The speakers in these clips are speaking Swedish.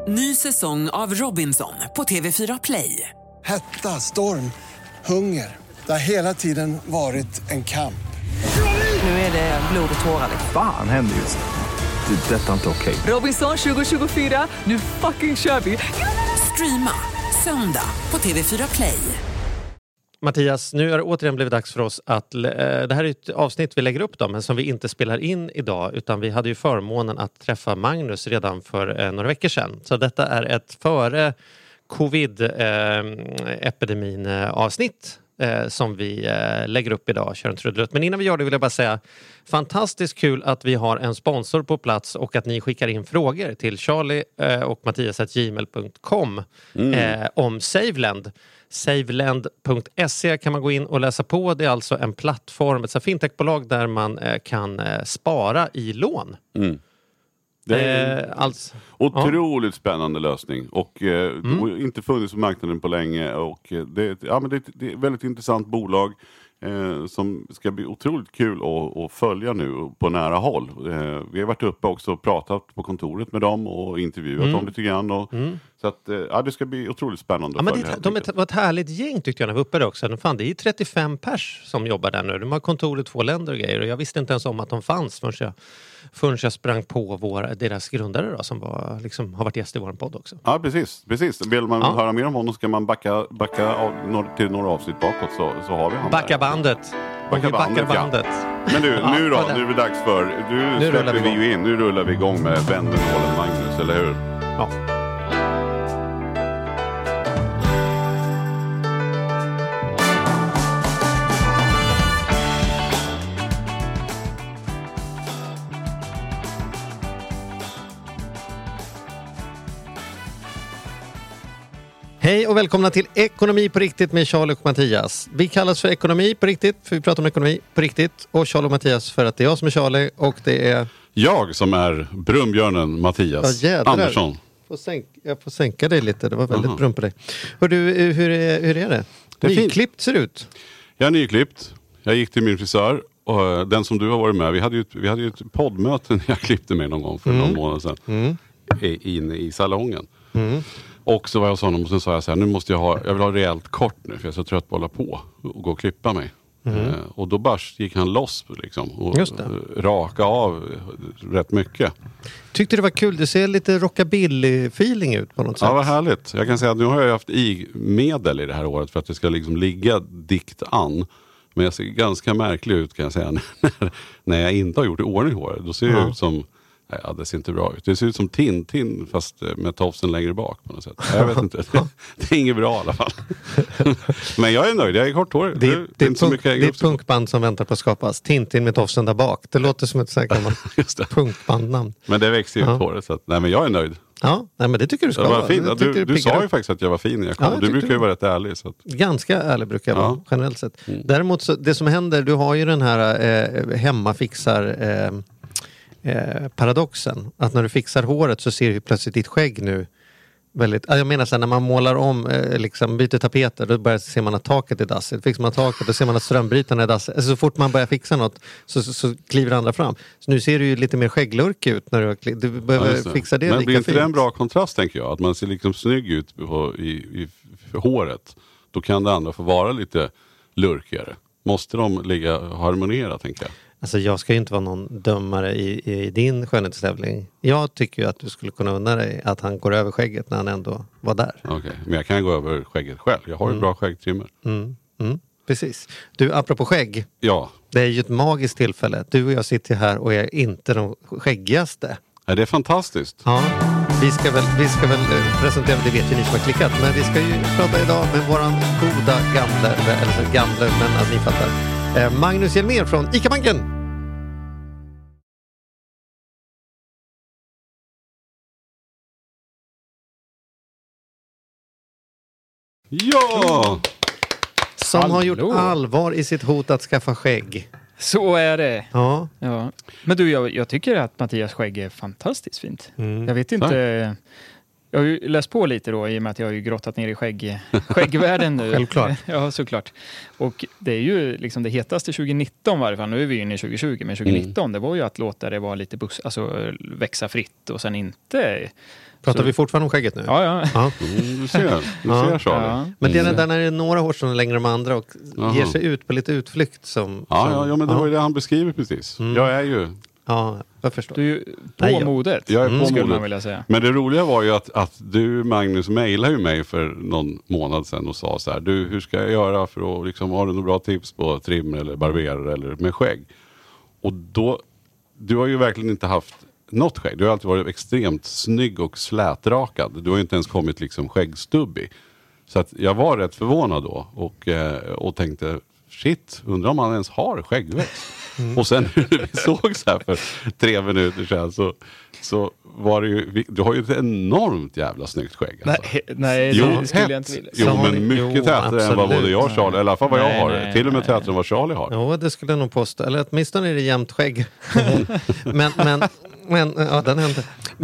Ny säsong av Robinson på TV4 Play. Hetta, storm, hunger. Det har hela tiden varit en kamp. Nu är det blod och tårar. Fan händer just nu. Det. Detta är inte okej. Robinson 2024, nu fucking kör vi. Streama söndag på TV4 Play. Mattias, nu har det återigen blivit dags för oss att... Det här är ett avsnitt vi lägger upp då, men som vi inte spelar in idag. Utan vi hade ju förmånen att träffa Magnus redan för några veckor sedan. Så detta är ett före covid-epidemin avsnitt som vi lägger upp idag. Kör en trudelutt. Men innan vi gör det vill jag bara säga fantastiskt kul att vi har en sponsor på plats och att ni skickar in frågor till Charlie och Mattias@gmail.com om Saveland. Saveland.se kan man gå in och läsa på. Det är alltså en plattform, ett fintechbolag där man kan spara i lån. Det är otroligt spännande lösning och inte funnits på marknaden på länge och det är ett väldigt intressant bolag som ska bli otroligt kul att följa nu på nära håll. Vi har varit uppe också och pratat på kontoret med dem och intervjuat dem lite grann. Så att det ska bli otroligt spännande att följa. De var ett härligt gäng tyckte jag när vi var uppe där också. Det är 35 pers som jobbar där nu. De har kontor i 2 länder och grejer. Och jag visste inte ens om att de fanns förrän jag sprang på deras grundare då, som har varit gäst i vår podd också. Ja, precis. Vill man höra mer om honom ska man backa till några avsnitt bakåt så har vi honom. Backa bandet. Backa bandet. Men nu är det dags för... Nu släpper vi ju in. Nu rullar vi igång med Vändenålen Magnus, eller hur? Ja. Hej och välkomna till Ekonomi på riktigt med Charlie och Mattias. Vi kallas för Ekonomi på riktigt för vi pratar om ekonomi på riktigt. Och Charlie och Mattias för att det är jag som är Charlie och det är... Jag som är brumbjörnen Mattias Andersson. Jag får sänka dig lite, det var väldigt brum på dig. Hur är det? Nyklippt ser det ut. Jag är nyklippt. Jag gick till min frisör och den som du har varit med. Vi hade ju ett poddmöte när jag klippte mig någon gång för någon månad sedan. Inne i salongen. Och så var jag hos honom och sen sa jag så här, jag vill ha rejält kort nu för jag är så trött på att hålla på och gå och klippa mig. Och då bara gick han loss liksom och raka av rätt mycket. Tyckte det var kul, det ser lite rockabilly-feeling ut på något sätt. Ja, vad härligt. Jag kan säga att nu har jag haft medel i det här året för att det ska liksom ligga dikt an. Men jag ser ganska märklig ut kan jag säga när jag inte har gjort i ordning håret. Då ser jag ut som... Ja, det ser inte bra ut. Det ser ut som Tintin fast med tofsen längre bak på något sätt. Jag vet inte. Det är inget bra i alla fall. Men jag är nöjd. Jag är kort hår. Det är ett punkband som väntar på att skapas. Tintin med tofsen där bak. Det låter som ett punkbandnamn. Men det växer ju ut håret. Så att, nej, men jag är nöjd. Ja, nej, men det tycker du ska vara. Du sa ju faktiskt att jag var fin när jag kom. Du brukar ju vara rätt ärlig. Så att... Ganska ärlig brukar jag vara, generellt sett. Däremot, så, det som händer, du har ju den här hemmafixar... paradoxen. Att när du fixar håret så ser du plötsligt ditt skägg nu väldigt... Jag menar så här, när man målar om, byter tapeter, då ser man att taket är dassigt. Fixar man taket, då ser man att strömbrytarna är dassigt. Alltså, så fort man börjar fixa något så kliver andra fram. Så nu ser du ju lite mer skägglurk ut när du behöver fixa det. Men blir inte det en bra kontrast tänker jag? Att man ser liksom snygg ut i håret. Då kan det andra få vara lite lurkigare. Måste de harmonera tänker jag? Alltså jag ska ju inte vara någon dömare i din skönhetstävling. Jag tycker ju att du skulle kunna unna dig att han går över skägget när han ändå var där. Okej, men jag kan gå över skägget själv. Jag har ju bra skäggtrimmer. Precis. Du, apropå skägg. Ja. Det är ju ett magiskt tillfälle. Du och jag sitter här och är inte de skäggigaste. Ja, det är fantastiskt. Ja, vi ska väl presentera, det vet ju ni som har klickat. Men vi ska ju prata idag med våran goda gamle, men att ni fattar. Magnus Hjelmér från ICA-banken. Ja! Som har gjort allvar i sitt hot att skaffa skägg. Så är det. Ja. Men du, jag tycker att Mattias skägg är fantastiskt fint. Jag vet inte... Jag har ju läst på lite då i och med att jag har ju grottat ner i skäggvärlden nu. Självklart. Ja, såklart. Och det är ju liksom det hetaste 2019 varje fall. Nu är vi ju inne i 2020, men 2019 det var ju att låta det vara lite växa fritt och sen inte... Pratar vi fortfarande om skägget nu? Ja. Du ser Charlie. Ja. Men det är där när det är några år som är längre än de andra och ger sig ut på lite utflykt som... Ja, men det var ju det han beskriver precis. Jag är ju... Ja, jag förstår. Du är ju på modet. Jag är på skulle modet. man vilja säga. Men det roliga var ju att du, Magnus, mejlade ju mig för någon månad sedan och sa så här: du, hur ska jag göra för att liksom, har du några bra tips på trim eller barberare eller med skägg? Och då, du har ju verkligen inte haft något skägg. Du har alltid varit extremt snygg och slätrakad. Du har ju inte ens kommit liksom skäggstubbig. Så att jag var rätt förvånad då och tänkte, shit, undrar om han ens har skäggväxt. Och sen när vi såg så här för 3 minuter sedan så var det ju, du har ju ett enormt jävla snyggt skägg. Alltså. Nej, det skulle jag inte vilja. Jo, men mycket tätare än vad både jag och Charlie, eller i alla fall vad jag har. Nej, till och med tätare än vad Charlie har. Ja, det skulle jag nog påstå. Eller åtminstone är det jämnt skägg. men ja, den hände.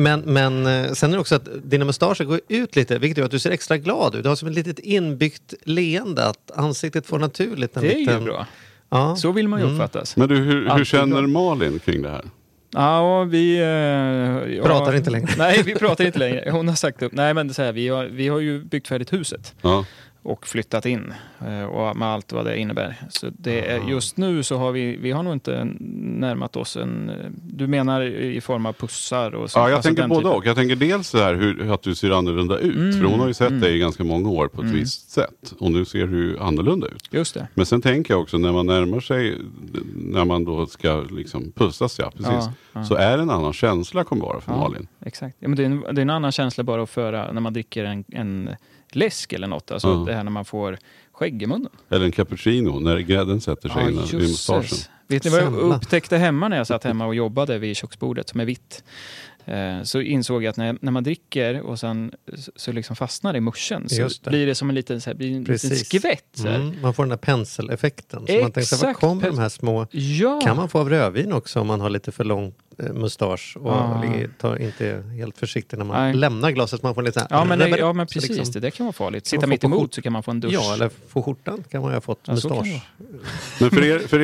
Men sen är det också att dina mustascher går ut lite, vilket gör att du ser extra glad ut. Du har som ett litet inbyggt leende, att ansiktet får naturligt. Det är ju bra. Ja. Så vill man ju uppfattas. Men du, hur känner Malin kring det här? Ja, vi... pratar inte längre. Nej, vi pratar inte längre. Hon har sagt upp. Nej, men det är så här, vi har ju byggt färdigt huset. Ja. Och flyttat in. Och med allt vad det innebär. Så det är, just nu så har vi har nog inte närmat oss du menar i form av pussar och så. Ja, jag tänker både och. Jag tänker dels så här att du ser annorlunda ut. För hon har ju sett dig i ganska många år på ett visst sätt. Och nu ser du annorlunda ut. Just det. Men sen tänker jag också när man närmar sig, när man då ska liksom pussas, precis. Ja. Så är det en annan känsla kommer vara för Malin. Exakt. Ja, men det är en annan känsla bara att föra när man dricker en läsk eller något. Alltså det här när man får skägg i munnen. Eller en cappuccino när grädden sätter sig i mustaschen. Vet ni vad jag upptäckte hemma när jag satt hemma och jobbade vid köksbordet som är vitt? Så insåg jag att när man dricker och sen så liksom fastnar det i muschen så blir det som en liten, så här, blir en liten skvätt. Så här. Man får den där penseleffekten. Så man tänker, var kommer de här små... Ja. Kan man få av rödvin också om man har lite för lång mustasch och inte är helt försiktig när man lämnar glaset. Så man får lite så här, ja, men precis. Liksom, det kan vara farligt. Sitta mitt emot så kan man få en dusch. Ja, eller få skjortan kan man ju ha fått mustasch. Men för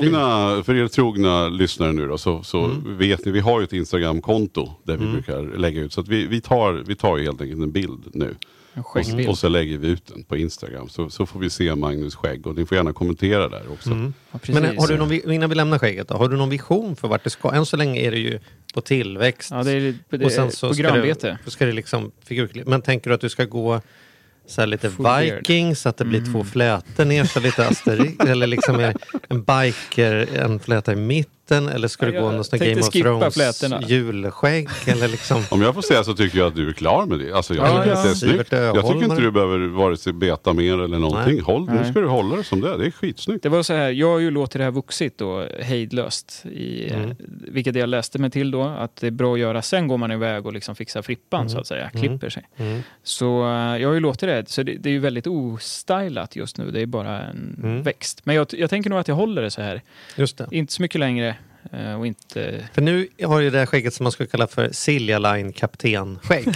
er trogna lyssnare nu då, så vet ni, vi har ju ett Instagram-konto där vi brukar lägga ut. Så att vi tar ju helt enkelt en bild nu. Och så lägger vi ut den på Instagram. Så får vi se Magnus skägg. Och ni får gärna kommentera där också. Ja, men har du innan vi lämnar skägget då, har du någon vision för vart det ska? Än så länge är det ju på tillväxt. Ja, det är och sen så programarbete. Ska det liksom men tänker du att du ska gå så här lite Vikings, så att det blir 2 flätor ner, så lite Asterix, eller liksom en biker, en fläta i mitten, eller ska du gå någon sån Game of Thrones julskägg, eller liksom... Om jag får säga så tycker jag att du är klar med det. Alltså jag tycker att det är snyggt. Jag tycker inte du behöver vare sig beta mer eller någonting. Nu ska du hålla det som det är. Det är skitsnyggt. Det var så här, jag har ju låtit det här vuxit då hejdlöst vilket jag läste mig till då, att det är bra att göra. Sen går man iväg och liksom fixar frippan så att säga, klipper sig. Så jag har ju låtit det. Så det är ju väldigt ostylat just nu. Det är bara en växt. Men jag tänker nog att jag håller det så här. Just det. Inte så mycket längre. Och inte... För nu har ju det här skägget som man skulle kalla för Silja Line kapten-skägg.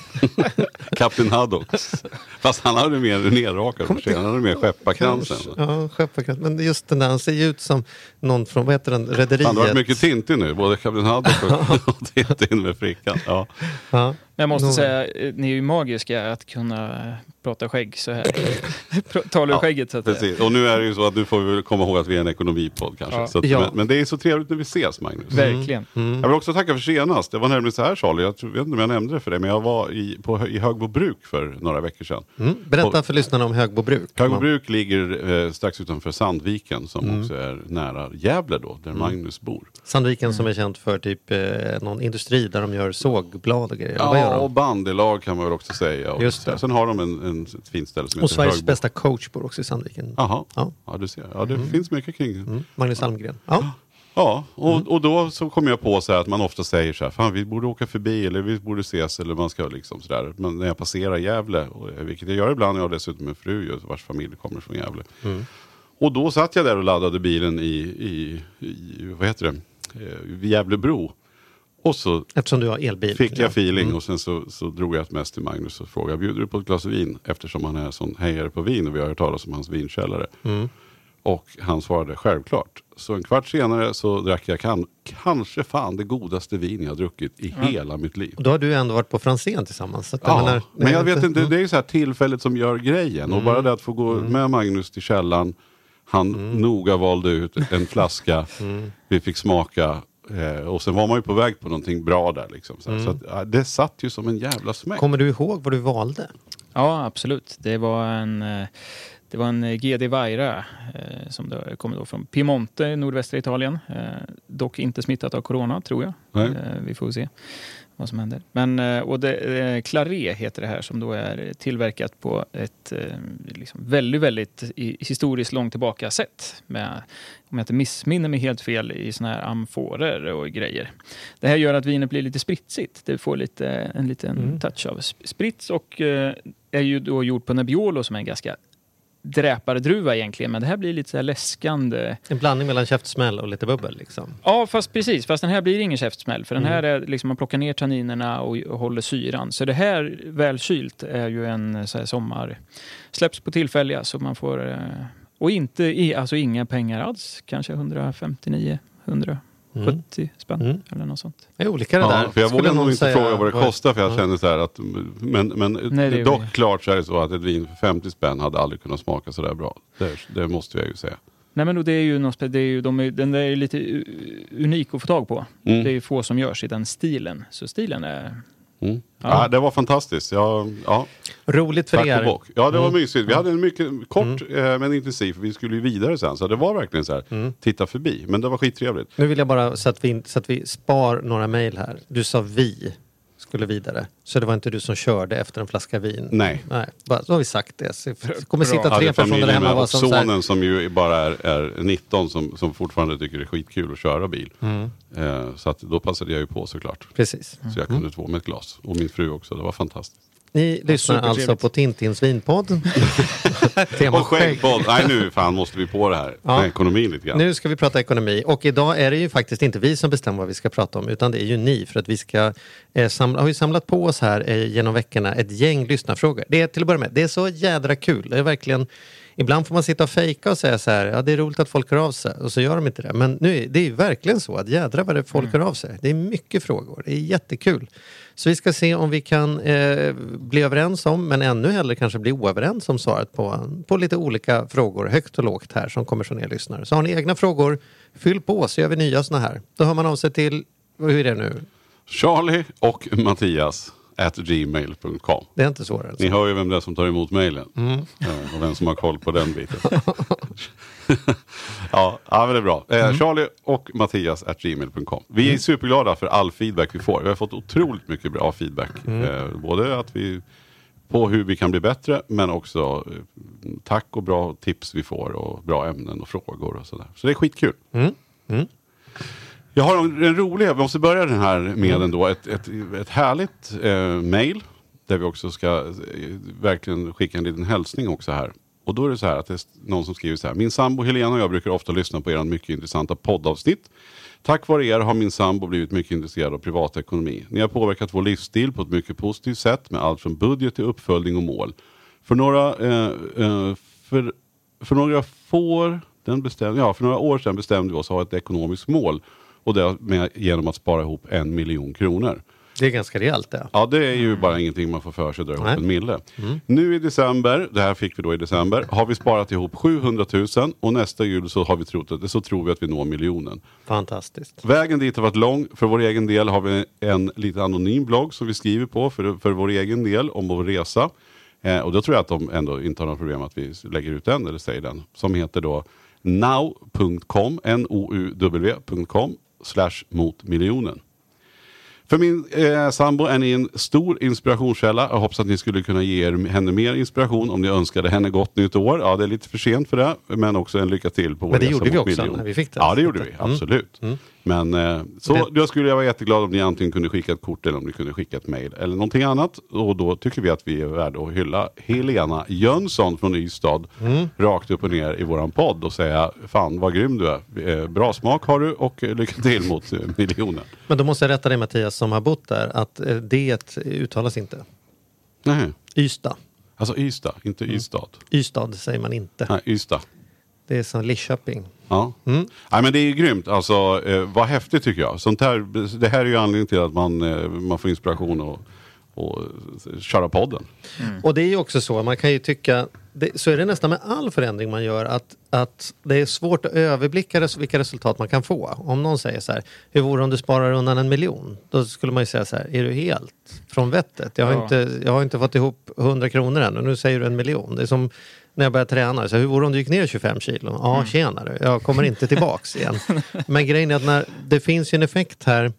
Kapten Haddocks. Fast han hade mer nerrakad. Han hade mer skepparkransen. Ja, skepparkransen. Men just den där, han ser ju ut som någon från, vad heter den, Rederiet. Han har varit mycket Tintin nu. Både Kapten Haddock och Tintin med frickan. Ja. Men jag måste säga, ni är ju magiska att kunna prata skägg så här. Talar skägget så att precis. Och nu är det ju så att nu får vi komma ihåg att vi är en ekonomipodd kanske. Så att, men det är så trevligt när vi ses, Magnus. Verkligen. Jag vill också tacka för senast. Det var nämligen så här, Charlie. Jag vet inte om jag nämnde det för dig, men jag var i Högbo bruk för några veckor sedan. Berätta för lyssnarna om Högbo bruk. Högbo bruk ligger strax utanför Sandviken, som också är nära Gävle då, där Magnus bor. Sandviken som är känt för typ någon industri där de gör sågblad och grejer. Ja, och bandelag kan man väl också säga. Och just det. Sen har de ett fint ställe som och heter Sveriges Högbo. bästa coach bor också i Sandviken. Jaha, ja du ser. Ja, det finns mycket kring. Magnus Almgren. Ja, och då så kom jag på så här att man ofta säger så här, fan vi borde åka förbi eller vi borde ses eller man ska liksom sådär. Men när jag passerar Gävle, vilket jag gör ibland, jag har dessutom en fru vars familj kommer från Gävle. Och då satt jag där och laddade bilen i vad heter det, Gävlebro. Och så eftersom du har elbil. Fick jag feeling och sen så drog jag ett mest till Magnus och frågade, bjuder du på ett glas vin? Eftersom han är sån hejare på vin och vi har hört talas om hans vinkällare. Och han svarade självklart. Så en kvart senare så drack jag kanske fan det godaste vin jag har druckit i hela mitt liv. Och då har du ändå varit på Franzén tillsammans. Så att men jag vet inte, det är ju så här tillfället som gör grejen. Och bara det att få gå med Magnus till källan. Han noga valde ut en flaska. Vi fick smaka. Och sen var man ju på väg på någonting bra där liksom. Så att, det satt ju som en jävla smäck. Kommer du ihåg vad du valde? Ja, absolut. Det var en GD Vaira som kommer då från Piemonte, nordvästra Italien. Dock inte smittat av corona, tror jag. Vi får se vad som händer. Men, och Claré heter det här som då är tillverkat på ett liksom väldigt, väldigt historiskt långt tillbaka sätt. Med, om jag inte missminner mig helt fel, i såna här amforer och grejer. Det här gör att vinet blir lite spritsigt. Det får en liten touch av sprits och är ju då gjort på Nebbiolo som är en ganska dräpardruva egentligen, men det här blir lite så här läskande. En blandning mellan käftsmäll och lite bubbel liksom. Ja, fast den här blir ingen käftsmäll, för den här är liksom, man plockar ner tanninerna och håller syran. Så det här välkylt är ju en så här sommar, släpps på tillfälliga så man får och inte alltså inga pengar alls, kanske 159 170 spänn eller något sånt. Det är olika det där. För jag vågar nog inte fråga vad det kostar, för jag känner så här att men nej, dock klart så är det så att ett vin för 50 spänn hade aldrig kunnat smaka så där bra. Det måste jag ju säga. Nej, men det är ju något, den är lite unik att få tag på. Det är ju få som görs i den stilen. Så stilen är Ja, det var fantastiskt. Ja. Roligt för er. Ja, det var mysigt. Vi hade en mycket kort men intensiv, för vi skulle ju vidare sen. Så det var verkligen så här, titta förbi. Men det var skittrevligt. Nu vill jag bara så att vi spar några mejl här. Du sa vi skulle vidare. Så det var inte du som körde efter en flaska vin. Nej. Bara, så har vi sagt det. Så kommer sitta 3 personer där hemma. Och sonen som ju bara är 19 som fortfarande tycker det är skitkul att köra bil. Så att då passade jag ju på såklart. Precis. Så jag kunde få med ett glas. Och min fru också. Det var fantastiskt. Ni lyssnar alltså på Tintins vinpodd. Och skäggpodd. Nej, nu fan måste vi på det här. Med ekonomin lite grann. Nu ska vi prata ekonomi. Och idag är det ju faktiskt inte vi som bestämmer vad vi ska prata om, utan det är ju ni. För att vi ska har ju samlat på oss här genom veckorna ett gäng lyssnarfrågor. Det är till att börja med, det är så jädra kul. Det är verkligen, ibland får man sitta och fejka och säga så här, ja det är roligt att folk hör av sig. Och så gör de inte det. Men nu det är ju verkligen så att jädra vad det folk hör av sig. Det är mycket frågor. Det är jättekul. Så vi ska se om vi kan bli överens om, men ännu hellre kanske bli oöverens om svaret på lite olika frågor, högt och lågt här, som kommer från er lyssnare. Så har ni egna frågor, fyll på så gör vi nya såna här. Då hör man av sig till, hur är det nu? Charlie och Mattias @gmail.com. Det är inte svårare. Ni hör ju vem det är som tar emot mejlen. Och vem som har koll på den biten. Ja, men det är bra. Charlie och Mattias @gmail.com. Vi är superglada för all feedback vi får. Vi har fått otroligt mycket bra feedback. Både att vi på hur vi kan bli bättre, men också tack och bra tips vi får och bra ämnen och frågor och sådär. Så det är skitkul. Jag har en rolig, vi måste börja den här med ändå ett härligt mejl där vi också ska verkligen skicka en liten hälsning också här. Och då är det så här att det är någon som skriver så här: min sambo Helena och jag brukar ofta lyssna på er mycket intressanta poddavsnitt. Tack vare er har min sambo blivit mycket intresserad av privatekonomi. Ni har påverkat vår livsstil på ett mycket positivt sätt med allt från budget till uppföljning och mål. För några år sedan bestämde vi oss att ha ett ekonomiskt mål, och det genom att spara ihop 1 miljon kronor. Det är ganska rejält det. Ja, det är ju bara ingenting man får för sig att dra ihop en mille. Nu i december, det här fick vi då i december, har vi sparat ihop 700 000 och nästa jul så har vi tror vi att vi når miljonen. Fantastiskt. Vägen dit har varit lång. För vår egen del har vi en lite anonym blogg som vi skriver på för vår egen del om vår resa. Och då tror jag att de ändå inte har något problem att vi lägger ut den eller säger den. Som heter då now.com/mot-miljonen. För min sambo är ni en stor inspirationskälla. Jag hoppas att ni skulle kunna ge henne mer inspiration om ni önskade henne gott nytt år. Ja, det är lite för sent för det, men också en lycka till på vår resa mot miljon. Men det gjorde vi också när vi fick det. Ja, det gjorde vi, absolut. Men då skulle jag vara jätteglad om ni antingen kunde skicka ett kort eller om ni kunde skicka ett mejl eller någonting annat. Och då tycker vi att vi är värda att hylla Helena Jönsson från Ystad rakt upp och ner i våran podd och säga, fan vad grym du är. Bra smak har du och lycka till mot miljonen. Men då måste jag rätta dig, Mattias, som har bott där, att det uttalas inte. Nej. Ystad. Alltså Ystad, inte Ystad. Ystad säger man inte. Nej, Ystad. Det är som Lidköping. Ja. Nej, men det är ju grymt. Alltså, vad häftigt tycker jag. Det här är ju anledningen till att man får inspiration och köra podden. Och det är ju också så, man kan ju tycka, så är det nästan med all förändring man gör, att det är svårt att överblicka vilka resultat man kan få. Om någon säger så här, hur vore om du sparar undan 1 miljon? Då skulle man ju säga så här, är du helt från vettet? Jag har inte fått ihop 100 kronor än och nu säger du 1 miljon. Det är som när jag började träna, så hur vore om du gick ner 25 kilo? Ja, tjenare, jag kommer inte tillbaks igen. Men grejen är att när det finns ju en effekt här,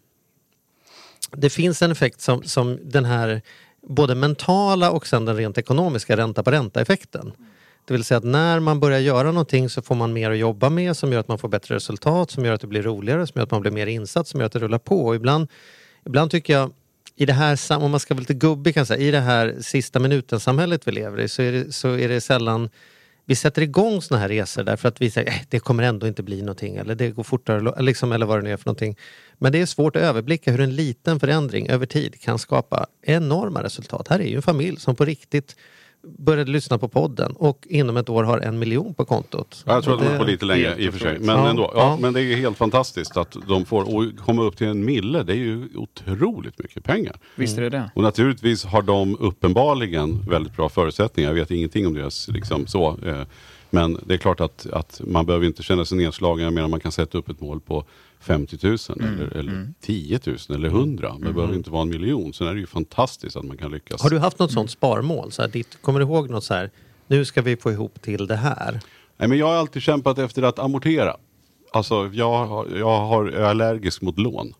det finns en effekt som den här både mentala och sen den rent ekonomiska ränta på ränta-effekten. Det vill säga att när man börjar göra någonting så får man mer att jobba med som gör att man får bättre resultat, som gör att det blir roligare, som gör att man blir mer insatt, som gör att det rullar på. Och ibland tycker jag i det här, om man ska vara lite gubbig kan säga, i det här sista minuten-samhället vi lever i så är det sällan vi sätter igång såna här resor därför att vi säger det kommer ändå inte bli någonting eller det går fortare liksom, eller vad det nu är för någonting. Men det är svårt att överblicka hur en liten förändring över tid kan skapa enorma resultat. Här är ju en familj som på riktigt började lyssna på podden och inom ett år har 1 miljon på kontot. Ja, jag tror att de är på lite längre i och för sig. Men ändå, men det är ju helt fantastiskt att de får komma upp till 1 mille. Det är ju otroligt mycket pengar. Visst är det. Och naturligtvis har de uppenbarligen väldigt bra förutsättningar. Jag vet ingenting om deras liksom så. Men det är klart att man behöver inte känna sig nedslagen. Men man kan sätta upp ett mål på 50 000 eller 10 000 eller 100. Men det behöver inte vara 1 miljon. Så är det ju fantastiskt att man kan lyckas. Har du haft något sånt sparmål? Så här, kommer du ihåg något så här, nu ska vi få ihop till det här? Nej, men jag har alltid kämpat efter att amortera. Alltså jag är allergisk mot lån.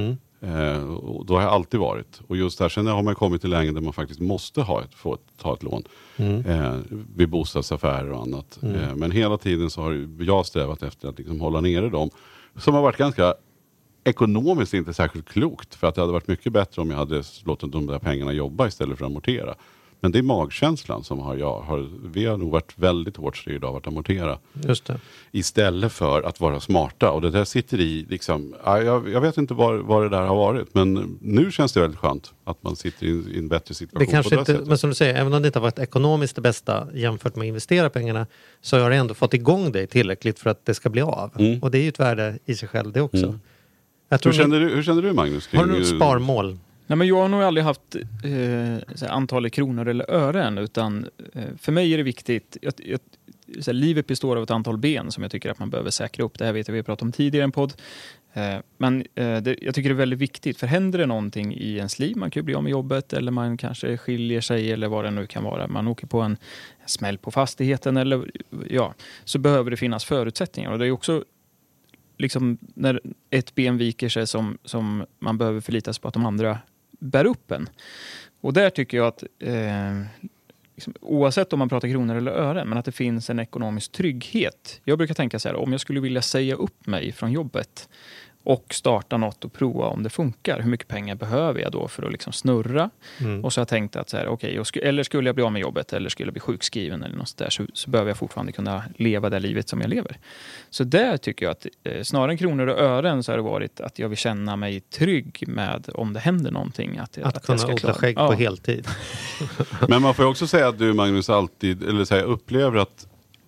Och då har jag alltid varit. Och just här sen har man kommit till lägen där man faktiskt måste få ta ett lån. Vid bostadsaffärer och annat. Men hela tiden så har jag strävat efter att liksom hålla nere dem. Som har varit ganska ekonomiskt inte särskilt klokt. För att det hade varit mycket bättre om jag hade låtit de där pengarna jobba istället för att amortera. Men det är magkänslan som vi har nog varit väldigt hårt styrda av att amortera. Just det. Istället för att vara smarta. Och det där sitter i liksom, jag vet inte vad det där har varit. Men nu känns det väldigt skönt att man sitter i en bättre situation. Det kanske inte, men som du säger, även om det inte har varit ekonomiskt det bästa jämfört med att investera pengarna, så har det ändå fått igång det tillräckligt för att det ska bli av. Och det är ju ett värde i sig själv det också. Hur känner du Magnus? Har du något sparmål? Nej, men jag har nog aldrig haft antalet kronor eller ören, utan för mig är det viktigt. Livet består av ett antal ben som jag tycker att man behöver säkra upp. Det här vet jag vi har pratat om tidigare i en podd. Men jag tycker det är väldigt viktigt, för händer det någonting i ens liv, man kan ju bli av med jobbet eller man kanske skiljer sig eller vad det nu kan vara, man åker på en smäll på fastigheten eller så behöver det finnas förutsättningar. Och det är också liksom när ett ben viker sig som man behöver förlita sig på att de andra bär upp en. Och där tycker jag att liksom, oavsett om man pratar kronor eller ören, men att det finns en ekonomisk trygghet. Jag brukar tänka så här, om jag skulle vilja säga upp mig från jobbet och starta något och prova om det funkar. Hur mycket pengar behöver jag då för att liksom snurra? Och så har jag tänkt att så här, eller skulle jag bli av med jobbet eller skulle jag bli sjukskriven eller något där, så behöver jag fortfarande kunna leva det livet som jag lever. Så där tycker jag att snarare än kronor och ören så har det varit att jag vill känna mig trygg med om det händer någonting. Att kunna odla skägg på heltid. Men man får också säga att du Magnus alltid, eller säga, upplever att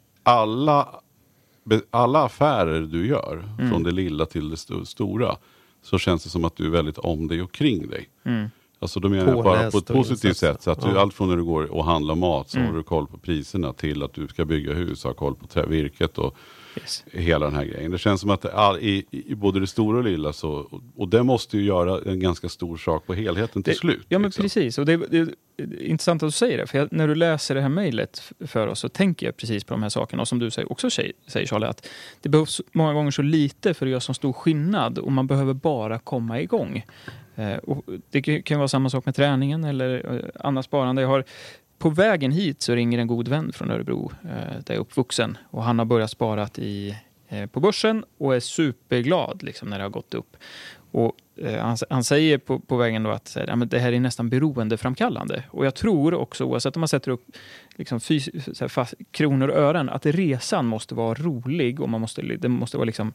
alla affärer du gör, från det lilla till det stora, så känns det som att du är väldigt om dig och kring dig. Alltså då menar jag bara på ett positivt sätt. Så att du, allt från när du går och handlar mat så har du koll på priserna till att du ska bygga hus och ha koll på trävirket och hela den här grejen. Det känns som att i både det stora och lilla så, och det måste ju göra en ganska stor sak på helheten till slut. Ja, men precis. Och det är intressant att du säger det. För när du läser det här mejlet för oss så tänker jag precis på de här sakerna. Och som du också säger Charlie, att det behövs många gånger så lite för att göra så stor skillnad. Och man behöver bara komma igång. Och det kan vara samma sak med träningen eller annat sparande. På vägen hit så ringer en god vän från Örebro där jag är uppvuxen. Och han har börjat spara i på börsen och är superglad liksom, när det har gått upp. Och han säger på vägen då att ja, men det här är nästan beroendeframkallande. Och jag tror också, oavsett om man sätter upp liksom kronor och ören, att resan måste vara rolig och det måste vara liksom,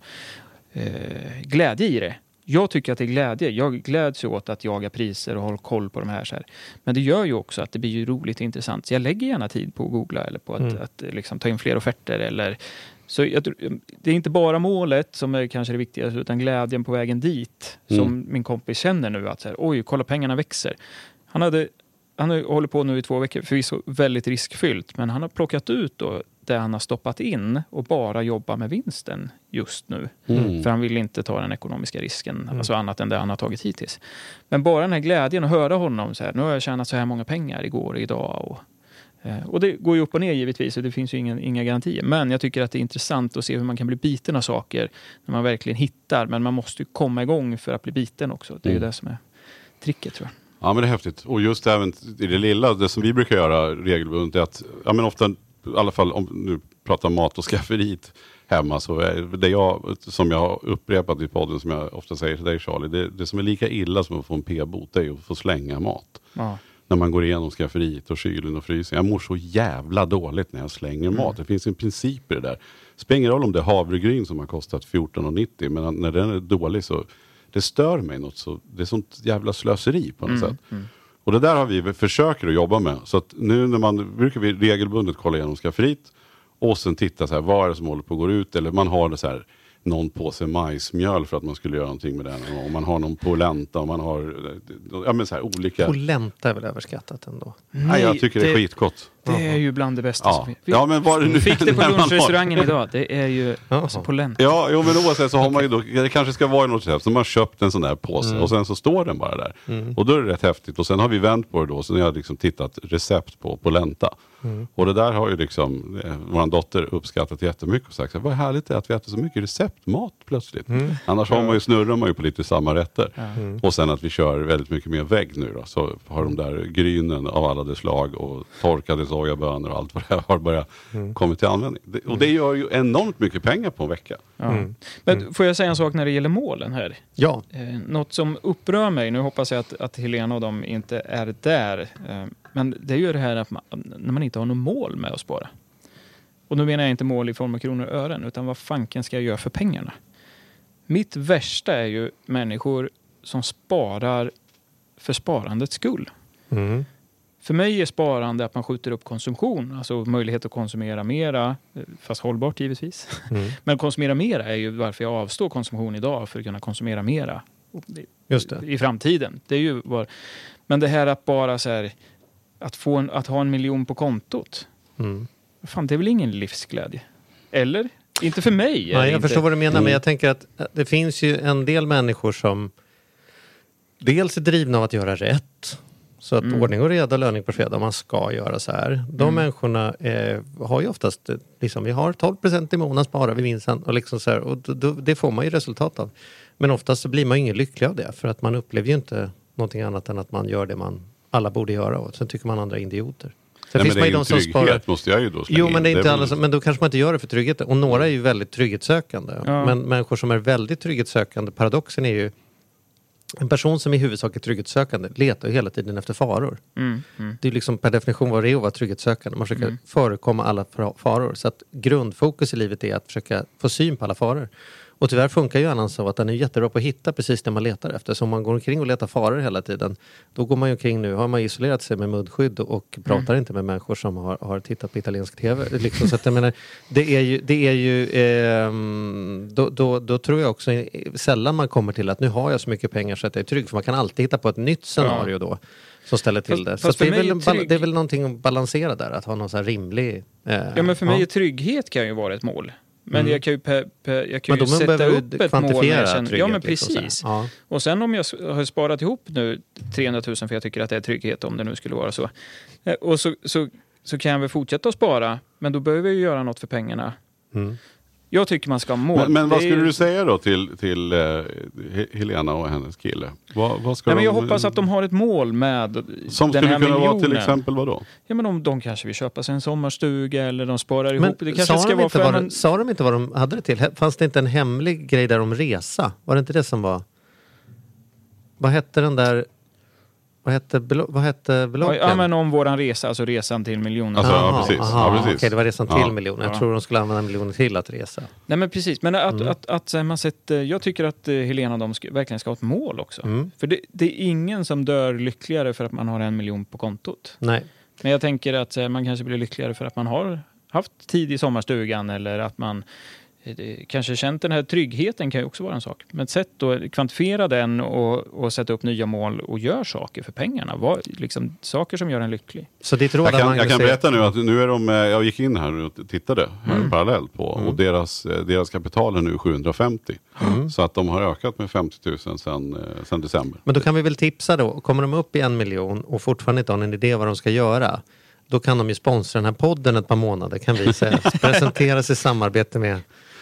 glädje i det. Jag tycker att det är glädje. Jag gläds ju åt att jaga priser och hålla koll på de här. Så här. Men det gör ju också att det blir ju roligt och intressant. Så jag lägger gärna tid på att googla eller på att liksom ta in fler offerter. Eller, så det är inte bara målet som är kanske det viktigaste, utan glädjen på vägen dit. Som min kompis känner nu att så här, oj, kolla pengarna växer. Han har hållit på nu i 2 veckor, förvisso väldigt riskfyllt. Men han har plockat ut då det han har stoppat in och bara jobba med vinsten just nu. För han vill inte ta den ekonomiska risken, alltså annat än det han har tagit hittills. Men bara den här glädjen att höra honom så här, nu har jag tjänat så här många pengar igår och idag. Och det går ju upp och ner givetvis, och det finns ju inga garantier. Men jag tycker att det är intressant att se hur man kan bli biten av saker när man verkligen hittar. Men man måste ju komma igång för att bli biten också. Det är ju det som är tricket, tror jag. Ja, men det är häftigt. Och just även i det lilla, det som vi brukar göra regelbundet är att, ja men ofta, i alla fall om nu pratar mat och skafferiet hemma, så är det som jag har upprepat i podden, som jag ofta säger till dig, Charlie, det som är lika illa som att få en p-bot är att få slänga mat. Ja. När man går igenom skafferiet och kylen och frysen. Jag mår så jävla dåligt när jag slänger mat. Det finns en princip i det där. Spelar ingen roll om det är havregryn som har kostat 14,90, men när den är dålig så det stör mig något, så det är sånt jävla slöseri på något sätt. Och det där har vi försöker att jobba med. Så att nu brukar vi regelbundet kolla igenom skafferiet och sen titta så här, vad är det som håller på att gå ut, eller man har det så här, någon påse majsmjöl för att man skulle göra någonting med den, och man har någon polenta, och man har så här olika. Polenta är väl överskattat ändå? Nej, jag tycker det är skitgott. Det är ju bland det bästa som finns. Ja, men var det nu fick det på lunchrestaurangen idag. Det är ju alltså polenta. Ja, men oavsett så har man ju då, det kanske ska vara något recept, så man har köpt en sån där påse och sen så står den bara där. Och då är det rätt häftigt, och sen har vi vänt på det då, så när jag liksom tittat recept på polenta. Och det där har ju liksom vår dotter uppskattat jättemycket och sagt, vad härligt det är att vi äter så mycket receptmat plötsligt. Annars snurrar man ju på lite samma rätter. Och sen att vi kör väldigt mycket mer vägg nu då, så har de där grynen av alla dess slag och torkade sojabönor och allt vad det har börjat kommit till användning. Och det gör ju enormt mycket pengar på en vecka. Men får jag säga en sak när det gäller målen här? Ja. Något som upprör mig, nu hoppas jag att Helena och de inte är där, men det är ju det här att när man inte har något mål med att spara. Och nu menar jag inte mål i form av kronor och ören, utan vad fanken ska jag göra för pengarna? Mitt värsta är ju människor som sparar för sparandets skull. För mig är sparande att man skjuter upp konsumtion, alltså möjlighet att konsumera mera, fast hållbart givetvis. Men konsumera mera är ju varför jag avstår konsumtion idag, för att kunna konsumera mera Just det. I framtiden. Det är ju men det här att bara så här, att ha 1 miljon på kontot. Fan, det är väl ingen livsglädje? Eller? Inte för mig. Nej, jag förstår vad du menar, men jag tänker att det finns ju en del människor som dels är drivna av att göra rätt. Så att ordning och reda, löning på fredag, man ska göra så här. De människorna har ju oftast, liksom, vi har 12% i månaden sparar vi vinsten och liksom så här, och det får man ju resultat av. Men oftast så blir man ju ingen lycklig av det, för att man upplever ju inte någonting annat än att man gör det man alla borde göra, och sen tycker man andra är idioter. Nej, finns men det är ju en trygghet, måste jag ju då slänga in. Men det är inte alla, men då kanske man inte gör det för trygghet. Och några är ju väldigt trygghetssökande. Men människor som är väldigt trygghetssökande, paradoxen är ju en person som i huvudsak är trygghetssökande letar ju hela tiden efter faror. Det är liksom per definition vad det är att vara trygghetssökande. Man försöker förekomma alla faror. Så att grundfokus i livet är att försöka få syn på alla faror. Och tyvärr funkar ju annars så att den är jättebra på att hitta precis det man letar efter. Så om man går omkring och letar faror hela tiden, då går man ju omkring nu, har man isolerat sig med munskydd och pratar inte med människor som har tittat på italiensk tv. Liksom. Så att jag menar, då tror jag också sällan man kommer till att nu har jag så mycket pengar så att jag är trygg. För man kan alltid hitta på ett nytt scenario då som ställer till det. Så det är väl någonting att balansera där, att ha någon så här rimlig... ja, men för mig är trygghet kan ju vara ett mål. Men jag kan ju sätta upp ett mål. Ja, men precis. Liksom. Ja. Och sen om jag har sparat ihop nu 300 000 för jag tycker att det är trygghet, om det nu skulle vara så. Och så kan jag väl fortsätta att spara, men då behöver jag ju göra något för pengarna. Jag tycker man ska ha mål. Men vad skulle du säga då till Helena och hennes kille? Vad ska men jag hoppas att de har ett mål med som den här miljonen. Som skulle kunna vara till exempel vad då? Ja, men de kanske vill köpa sig en sommarstuga eller de sparar ihop. Men Det kanske ska vara för sa de inte vad de hade det till? Fanns det inte en hemlig grej där om resa? Var det inte det som var... Vad hette den där... Vad hette beloppen? Ja, men om våran resa, alltså resan till miljonen. Alltså, ja, precis. Okej, det var resan till miljonen. Jag tror de skulle använda miljoner till att resa. Nej, men precis. Men att man jag tycker att Helena och de verkligen ska ha ett mål också. För det är ingen som dör lyckligare för att man har 1 miljon på kontot. Nej. Men jag tänker att man kanske blir lyckligare för att man har haft tid i sommarstugan eller att man kanske känt den här tryggheten kan ju också vara en sak. Men sätt då, kvantifiera den och sätta upp nya mål och gör saker för pengarna. Liksom, saker som gör en lycklig. Så ditt råd jag kan berätta nu att nu är jag gick in här och tittade här parallellt på och deras kapital är nu 750. Så att de har ökat med 50 000 sedan december. Men då kan vi väl tipsa då. Kommer de upp i 1 miljon och fortfarande inte har en idé vad de ska göra, då kan de ju sponsra den här podden ett par månader, kan vi säga. Presenteras i samarbete med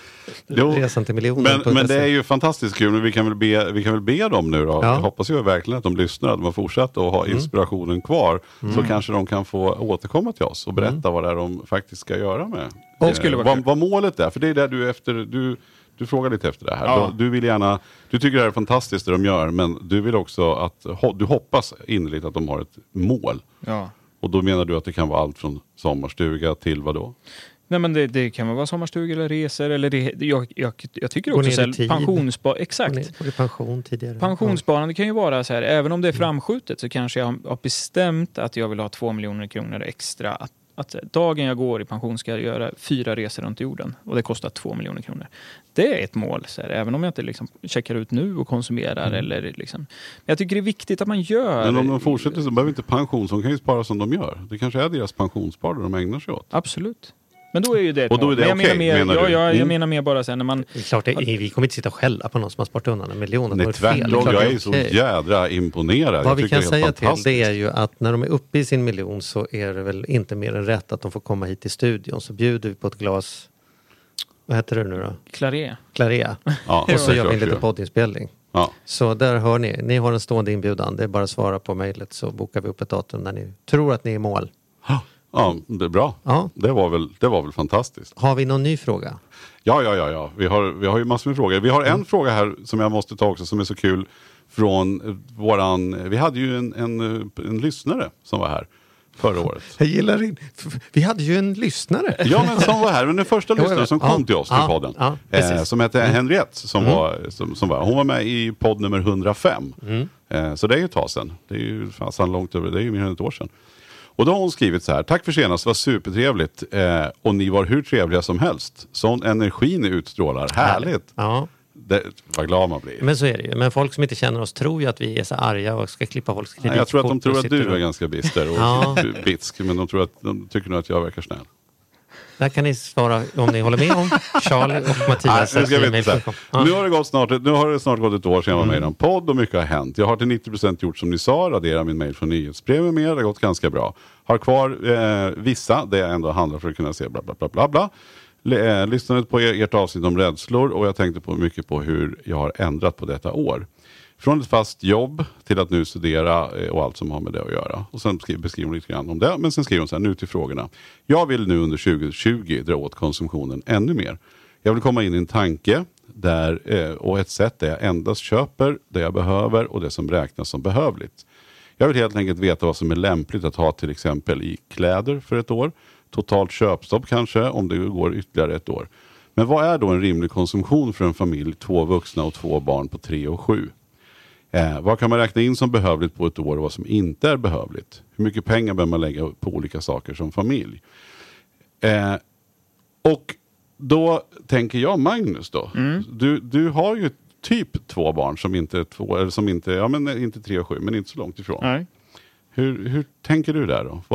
resan till miljonen. Men det är ju fantastiskt kul. Men vi kan väl be dem nu då. Ja. Jag hoppas ju verkligen att de lyssnar, att de har fortsatt att ha inspirationen kvar. Så kanske de kan få återkomma till oss och berätta vad det är de faktiskt ska göra med. Vad målet är. För det är där du frågar lite efter det här. Ja. Du tycker det här är fantastiskt det de gör, men du vill också att du hoppas innerligt att de har ett mål. Ja. Och då menar du att det kan vara allt från sommarstuga till vad då? Nej, men det kan vara sommarstuga eller resor eller jag tycker också så här, pensionssparande. Exakt. Pension tidigare. Pensionssparande kan ju vara så här, även om det är framskjutet så kanske jag har bestämt att jag vill ha 2 miljoner kronor extra. Att dagen jag går i pension ska jag göra 4 resor runt jorden och det kostar 2 miljoner kronor. Det är ett mål, så här, även om jag inte liksom checkar ut nu och konsumerar eller liksom. Men jag tycker det är viktigt att man gör. Men om de fortsätter så behöver inte pension, som kan ju spara som de gör. Det kanske är deras pensionssparande de ägnar sig åt. Absolut. Men då är ju det ett och då är det mål. Jag menar mer bara sen när man... Det är klart, vi kommer inte sitta och skälla på någon som har sparat undan 1 miljon. Nej, tvärtom, jag är så jädra imponerad. Vad vi kan säga till det är ju att när de är uppe i sin miljon så är det väl inte mer än rätt att de får komma hit till studion. Så bjuder vi på ett glas, vad heter det nu då? Claret. Ja, och så gör vi en liten poddinspelning. Ja. Så där hör ni har en stående inbjudan. Det är bara att svara på mejlet så bokar vi upp ett datum när ni tror att ni är i mål. Ja, det är bra. Ja. Det var väl fantastiskt. Har vi någon ny fråga? Ja. Vi har ju massor med frågor. Vi har en fråga här som jag måste ta också som är så kul från vi hade ju en lyssnare som var här förra året. Jag gillar vi hade ju en lyssnare. Ja, men som var här. Men den första lyssnaren som kom till oss till podden. Som hette Henriette som var. Hon var med i podd nummer 105. Så det är ju ett tag sedan. Det är ju fan långt över. Det är ju mer än ett år sedan. Och då har hon skrivit så här: tack för senast, det var supertrevligt. Och ni var hur trevliga som helst. Sån energi ni utstrålar. Härligt. Ja. Vad glad man blir. Men så är det ju. Men folk som inte känner oss tror ju att vi är så arga och ska klippa folks kredit. Jag tror att de tror att du är ganska bister och bitsk. Men de tycker nog att jag verkar snäll. Där kan ni svara om ni håller med om Charlie och Mattias. Nu har det snart gått ett år sedan jag var med i en podd och mycket har hänt. Jag har till 90% gjort som ni sa, raderat min mejl från nyhetsbrev med mer. Det har gått ganska bra. Har kvar vissa där jag ändå handlar för att kunna se bla bla bla bla bla. Lyssnade på ert avsnitt om rädslor och jag tänkte mycket på hur jag har ändrat på detta år. Från ett fast jobb till att nu studera och allt som har med det att göra. Och sen beskriver hon lite grann om det. Men sen skriver hon så här, nu till frågorna. Jag vill nu under 2020 dra åt konsumtionen ännu mer. Jag vill komma in i en tanke och ett sätt där jag endast köper det jag behöver och det som räknas som behövligt. Jag vill helt enkelt veta vad som är lämpligt att ha till exempel i kläder för ett år. Totalt köpstopp kanske om det går ytterligare ett år. Men vad är då en rimlig konsumtion för en familj, 2 vuxna och 2 barn på 3 och 7? Vad kan man räkna in som behövligt på ett år och vad som inte är behövligt? Hur mycket pengar bör man lägga på olika saker som familj? Och då tänker jag, Magnus då. Du har ju typ 2 barn som inte är 2, eller som inte, ja men inte 3 och 7, men inte så långt ifrån. Nej. Hur tänker du där då?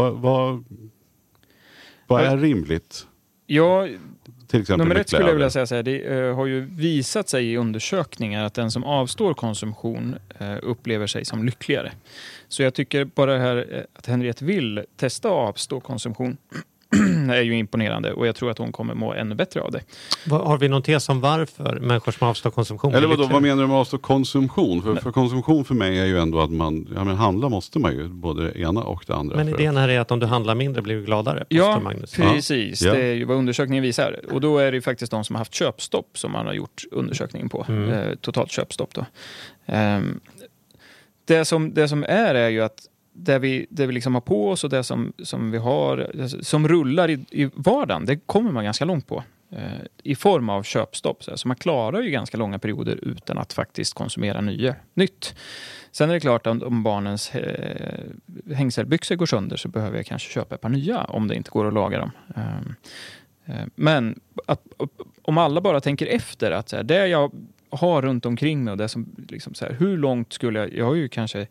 Vad är rimligt? Ja, till exempel nummer 1 skulle jag vilja säga så här, det har ju visat sig i undersökningar att den som avstår konsumtion upplever sig som lyckligare. Så jag tycker bara det här att Henriette vill testa att avstå konsumtion är ju imponerande och jag tror att hon kommer må ännu bättre av det. Har vi någon tes om varför människor som avstår konsumtion? Eller vad menar du med avstå konsumtion? För konsumtion för mig är ju ändå att handla måste man ju, både det ena och det andra. Men idén här är att om du handlar mindre blir du gladare. Ja, precis. Det är ju vad undersökningen visar. Och då är det ju faktiskt de som har haft köpstopp som man har gjort undersökningen på. Totalt köpstopp då. Det som är ju att det vi liksom har på oss och det som vi har, som rullar i vardagen, det kommer man ganska långt på. I form av köpstopp. Så man klarar ju ganska långa perioder utan att faktiskt konsumera nytt. Sen är det klart att om barnens hängselbyxor går sönder så behöver jag kanske köpa ett par nya om det inte går att laga dem. Men om alla bara tänker efter att så här, det jag har runt omkring mig och det som liksom så här, hur långt skulle jag har ju kanske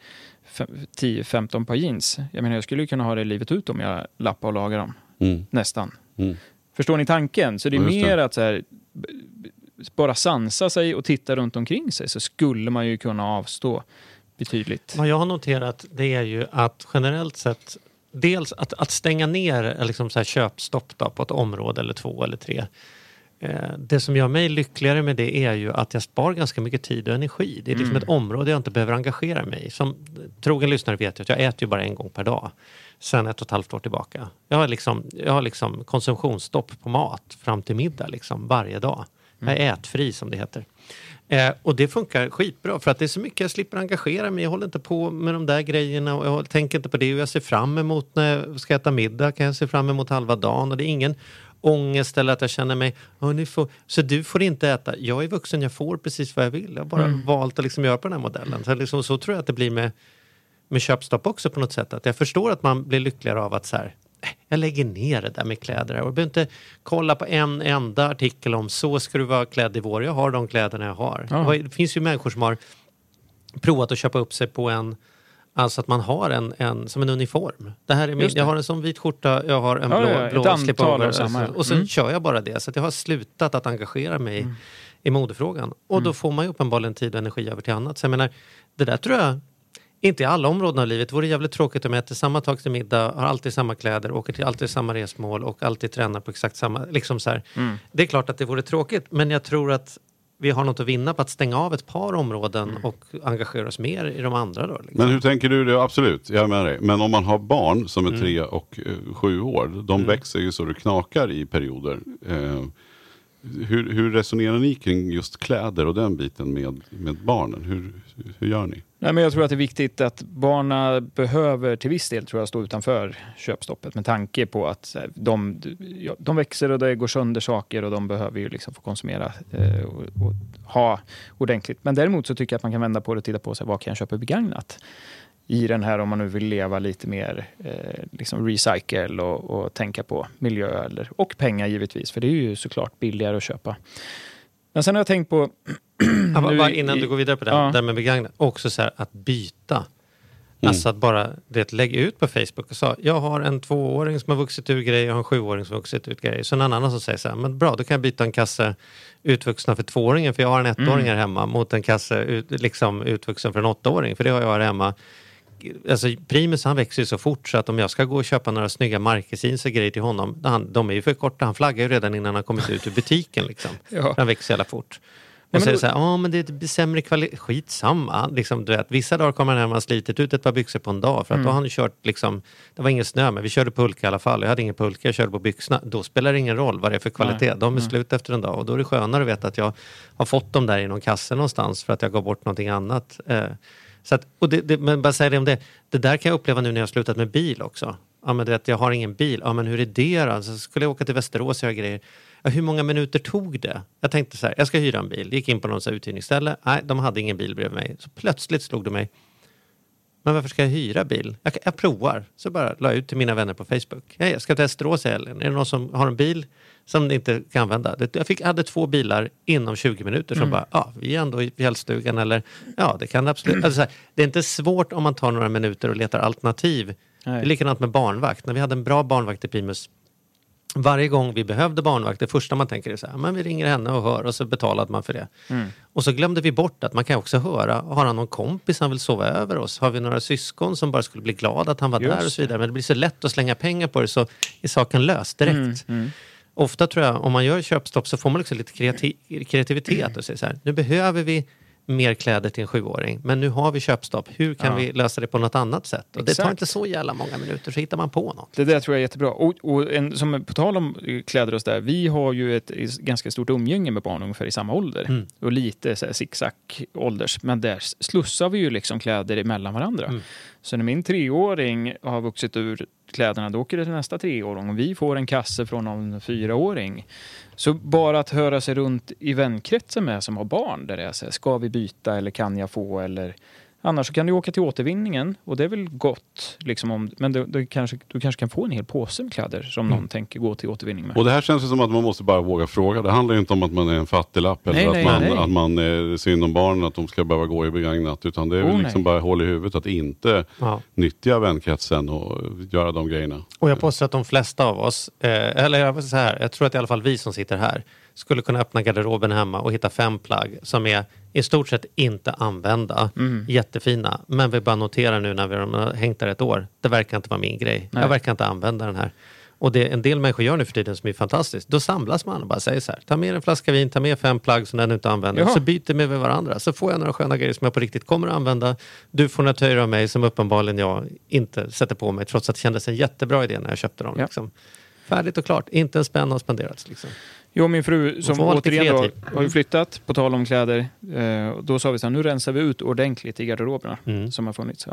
10-15 par jeans. Jag menar jag skulle ju kunna ha det livet ut om jag lappar och lagar dem. Nästan. Förstår ni tanken? Så det är mer att så här, bara sansa sig och titta runt omkring sig så skulle man ju kunna avstå betydligt. Vad jag har noterat det är ju att generellt sett dels att stänga ner liksom så här köpstopp då, på ett område eller 2 eller 3. Det som gör mig lyckligare med det är ju att jag spar ganska mycket tid och energi. Det är liksom ett område jag inte behöver engagera mig i. Som trogen lyssnare vet jag att jag äter ju bara en gång per dag. Sen 1,5 år tillbaka. Jag har liksom konsumtionsstopp på mat fram till middag liksom, varje dag. Jag är ätfri som det heter. Och det funkar skitbra för att det är så mycket jag slipper engagera mig. Jag håller inte på med de där grejerna och jag tänker inte på det. Och jag ser fram emot när jag ska äta middag. Kan jag se fram emot halva dagen och det är ingen ångest eller att jag känner mig så du får inte äta. Jag är vuxen, jag får precis vad jag vill. Jag har bara valt att liksom göra på den här modellen. Så, liksom, så tror jag att det blir med köpstopp också på något sätt. Att jag förstår att man blir lyckligare av att så här, jag lägger ner det där med kläder. Och jag behöver inte kolla på en enda artikel om så ska du vara klädd i vår. Jag har de kläderna jag har. Ja. Det finns ju människor som har provat att köpa upp sig på alltså att man har en som en uniform. Det här är jag har en sån vit skjorta, jag har en blå slip-over och så kör jag bara det. Så att jag har slutat att engagera mig i modefrågan. Och då får man ju uppenbarligen tid och energi över till annat. Så jag menar, det där tror jag inte i alla områden av livet. Det vore jävligt tråkigt om jag äter samma tak till middag, har alltid samma kläder, åker till alltid samma resmål och alltid tränar på exakt samma. Liksom så här. Det är klart att det vore tråkigt, men jag tror att vi har något att vinna på att stänga av ett par områden och engagera oss mer i de andra då. Liksom. Men hur tänker du det? Absolut, jag är med dig. Men om man har barn som är 3 och 7 år, de växer ju så det knakar i perioder. Hur resonerar ni kring just kläder och den biten med barnen? Hur gör ni? Nej, men jag tror att det är viktigt att barnen behöver till viss del tror jag stå utanför köpstoppet med tanke på att de växer och det går sönder saker och de behöver ju liksom få konsumera och ha ordentligt. Men däremot så tycker jag att man kan vända på det och titta på sig vad kan jag köpa begagnat i den här om man nu vill leva lite mer liksom recycle och tänka på miljö och pengar givetvis för det är ju såklart billigare att köpa. Men sen har jag tänkt på innan du går vidare på det där med begagnat också så här att byta. Alltså att bara lägga ut på Facebook och sa jag har en 2-åring som har vuxit ur grejer, jag har en 7-åring som har vuxit ut grejer. Så en annan som säger så här, men bra, då kan jag byta en kasse utvuxna för 2-åringen för jag har en 1-åring här hemma mot en kasse utvuxen för en 8-åring för det har jag här hemma. Alltså Primus han växer ju så fort så att om jag ska gå och köpa några snygga markesins och grejer till honom, de är ju för korta, han flaggar ju redan innan han kommit ut ur butiken liksom. Han växer jävla fort. Och så är det så här, men det är sämre kvalitet, skitsamma. Liksom, du vet, vissa dagar kommer han hem och har slitit ut ett par byxor på en dag för att då har han kört liksom, det var ingen snö men vi körde pulka i alla fall. Jag hade ingen pulka, jag körde på byxorna. Då spelar det ingen roll vad det är för kvalitet. De är slut efter en dag och då är det skönare att veta att jag har fått dem där i någon kasse någonstans för att jag gav bort någonting annat. Så att, men bara säga det om det. Det där kan jag uppleva nu när jag har slutat med bil också. Ja men du vet, jag har ingen bil. Ja men hur är det då? Så skulle jag åka till Västerås och göra grejer. Ja, hur många minuter tog det? Jag tänkte så här, jag ska hyra en bil. Gick in på någon så här uthyrningsställe. Nej, de hade ingen bil bredvid mig. Så plötsligt slog de mig. Men varför ska jag hyra bil? Jag provar. Så bara la ut till mina vänner på Facebook. Jag ska till Västerås i helgen. Är det någon som har en bil som inte kan använda? Jag hade 2 bilar inom 20 minuter som bara, vi är ändå i fjällstugan eller, det kan absolut. Alltså, det är inte svårt om man tar några minuter och letar alternativ. Nej. Det är likadant med barnvakt. När vi hade en bra barnvakt i Primus varje gång vi behövde barnvakt, det första man tänker är så här, men vi ringer henne och hör och så betalade man för det. Och så glömde vi bort att man kan också höra, har han någon kompis han vill sova över oss? Har vi några syskon som bara skulle bli glada att han var där och så vidare? Men det blir så lätt att slänga pengar på det så är saken löst direkt. Ofta tror jag, om man gör köpstopp så får man liksom lite kreativitet och säger så här, nu behöver vi mer kläder till en 7-åring. Men nu har vi köpstopp. Hur kan vi lösa det på något annat sätt? Och det tar inte så jävla många minuter så hittar man på något. Det där tror jag är jättebra. Och som på tal om kläder och så där. Vi har ju ett ganska stort umgänge med barn ungefär i samma ålder. Och lite så här zigzag-ålders. Men där slussar vi ju liksom kläder emellan varandra. Så när min 3-åring har vuxit ur kläderna, då åker det till nästa 3-åring. Och vi får en kasse från någon 4-åring. Så bara att höra sig runt i vänkretsen med som har barn där det är så här, ska vi byta eller kan jag få eller annars så kan du åka till återvinningen och det är väl gott liksom men du kanske kan få en hel påse med kläder som någon tänker gå till återvinning med. Och det här känns som att man måste bara våga fråga. Det handlar ju inte om att man är en fattiglapp eller att man är synd om barnen att de ska behöva gå i begagnat utan det är väl liksom bara håll i huvudet att inte nyttja vänkretsen och göra de grejerna. Och jag påstår att de flesta av oss eller jag vill säga här, jag tror att i alla fall vi som sitter här skulle kunna öppna garderoben hemma och hitta 5 plagg som är i stort sett inte använda. Jättefina. Men vi bara noterar nu när vi har hängt där ett år. Det verkar inte vara min grej. Jag verkar inte använda den här. Och det en del människor gör nu för tiden som är fantastiskt. Då samlas man och bara säger så här. Ta med en flaska vin, ta med 5 plagg som den inte använder. Så byter vi med varandra. Så får jag några sköna grejer som jag på riktigt kommer att använda. Du får några töjor av mig som uppenbarligen jag inte sätter på mig. Trots att det kändes en jättebra idé när jag köpte dem. Liksom. Färdigt och klart. Inte en spänn har spenderats liksom. Jo, min fru som återigen då, har ju flyttat på tal om kläder. Då sa vi så här, nu rensar vi ut ordentligt i garderoberna som har funnits.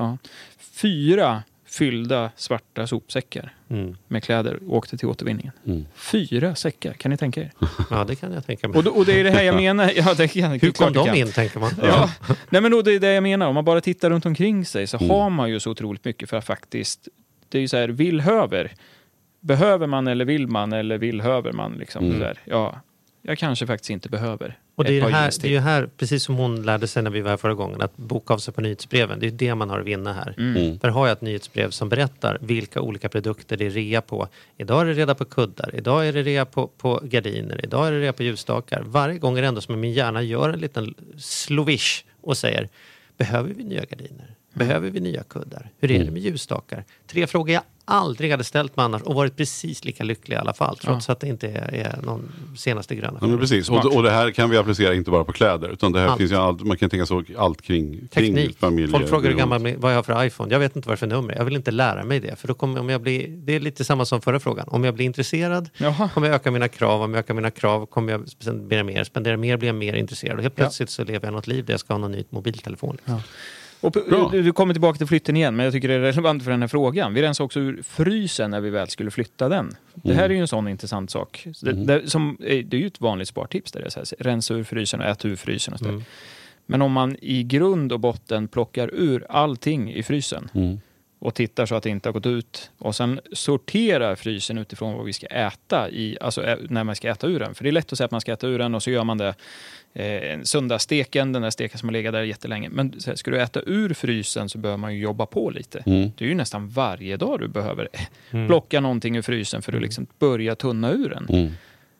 4 fyllda svarta sopsäckar med kläder åkte till återvinningen. 4 säckar, kan ni tänka er? Ja, det kan jag tänka mig. Och det är det här jag menar. Ja, det kan, hur kom de in, tänker man? Nej, men då, det är det jag menar. Om man bara tittar runt omkring sig så har man ju så otroligt mycket för att faktiskt, det är ju så här, villhöver. Behöver man eller villhöver man liksom där. Ja, jag kanske faktiskt inte behöver. Och det är ju här, precis som hon lärde sig när vi var här förra gången, att boka av sig på nyhetsbreven. Det är det man har att vinna här. Där har jag ett nyhetsbrev som berättar vilka olika produkter det är rea på. Idag är det reda på kuddar, idag är det rea på gardiner, idag är det rea på ljusstakar. Varje gång är det ändå som min hjärna gör en liten slovish och säger, behöver vi nya gardiner? Behöver vi nya kuddar? Hur är det med ljusstakar? 3 frågor jag aldrig hade ställt mig annars och varit precis lika lycklig i alla fall. Trots att det inte är någon senaste gröna. Ja, men precis. Och det här kan vi applicera inte bara på kläder. Utan det här finns ju allt, man kan tänka så allt kring familj. Folk frågar vad jag har för iPhone. Jag vet inte varför nummer. Jag vill inte lära mig det. För då kommer, om jag blir, det är lite samma som förra frågan. Om jag blir intresserad kommer jag öka mina krav. Om jag ökar mina krav kommer jag spendera mer, blir jag mer intresserad. Och helt plötsligt så lever jag något liv där jag ska ha någon ny mobiltelefon. Liksom. Och du kommer tillbaka till flytten igen, men jag tycker det är relevant för den här frågan. Vi rensade också ur frysen när vi väl skulle flytta den. Det här är ju en sån intressant sak. Det är ju ett vanligt spartips där det är så här, rensa ur frysen och äta ur frysen. Och så men om man i grund och botten plockar ur allting i frysen och tittar så att det inte har gått ut och sen sorterar frysen utifrån vad vi ska äta alltså när man ska äta ur den. För det är lätt att säga att man ska äta ur den och så gör man det söndagssteken, den där steken som har legat där jättelänge. Men så här, ska du äta ur frysen så behöver man ju jobba på lite. Det är ju nästan varje dag du behöver plocka någonting ur frysen för att liksom börja tunna ur den.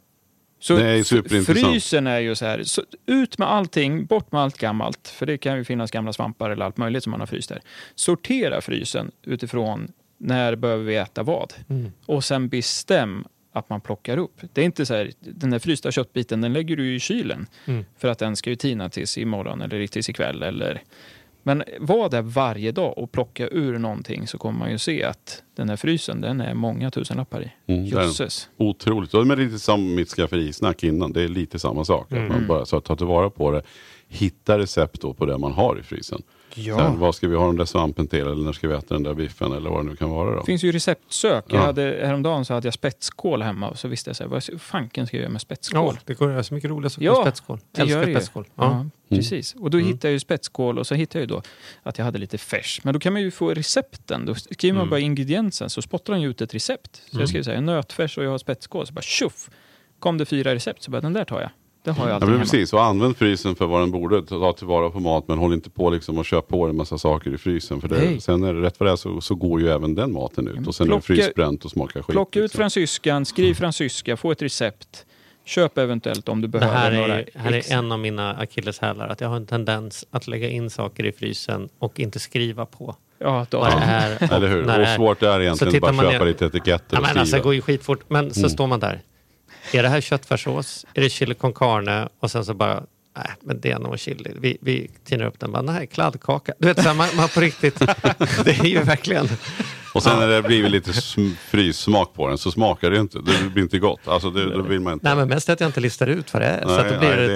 Så det är superintressant. Frysen är ju så här, så ut med allting, bort med allt gammalt. För det kan ju finnas gamla svampar eller allt möjligt som man har fryst där. Sortera frysen utifrån när behöver vi äta vad. Och sen bestäm att man plockar upp. Det är inte så här, den där frysta köttbiten, den lägger du i kylen. För att den ska ju tina tills imorgon eller tills ikväll. Men vad är varje dag och plocka ur någonting så kommer man ju se att den här frysen, den är många tusenlappar i. Jösses. Otroligt. Och det är lite som mitt skafferisnack innan. Det är lite samma sak. Att man bara så att ta tillvara på det. Hitta recept då på det man har i frysen. Ja. Sen, vad ska vi ha den där svampen till eller när ska vi äta den där biffen eller vad det nu kan vara då? Det finns ju receptsök. Häromdagen så hade jag spetskål hemma och så visste jag så här, vad fanken ska jag göra med spetskål? Ja, det går att göra så mycket roliga saker med spetskål. Älskar spetskål. Ja, precis. Och då hittade jag ju spetskål och så hittade jag ju då att jag hade lite färs. Men då kan man ju få recepten. Då skriver man bara ingrediensen så spottar han ju ut ett recept. Så jag skriver så här, nötfärs och jag har spetskål. Så bara tjuff, kom det 4 recept så bara den där tar jag. Det har jag alltid men hemma. precis, och använd frysen för vad den borde. Ta tillvara på mat, men håll inte på liksom och köp på en massa saker i frysen. För sen är det rätt vad det är så går ju även den maten ut. Och sen är det frysbränt och smakar skit. Plocka ut fransyskan, skriv fransyska, få ett recept. Köp eventuellt om du behöver några. Det här är en av mina akilleshälar. Att jag har en tendens att lägga in saker i frysen och inte skriva på. Ja, då. Eller hur? Och svårt är egentligen bara köpa lite etiketter och skriva. Alltså, det går ju skitfort. Men så står man där. Är det här köttfärssås? Är det chili con carne? Och sen så bara, nej, men det är nog chili. Vi tinar upp den. Bara, nej, kladdkaka. Du vet, så här, man på riktigt. Det är ju verkligen... Och sen när det blir lite fryssmak på den så smakar det inte. Det blir inte gott. Alltså då vill man inte. Nej, men mest att jag inte listar ut vad det är. Nej, så att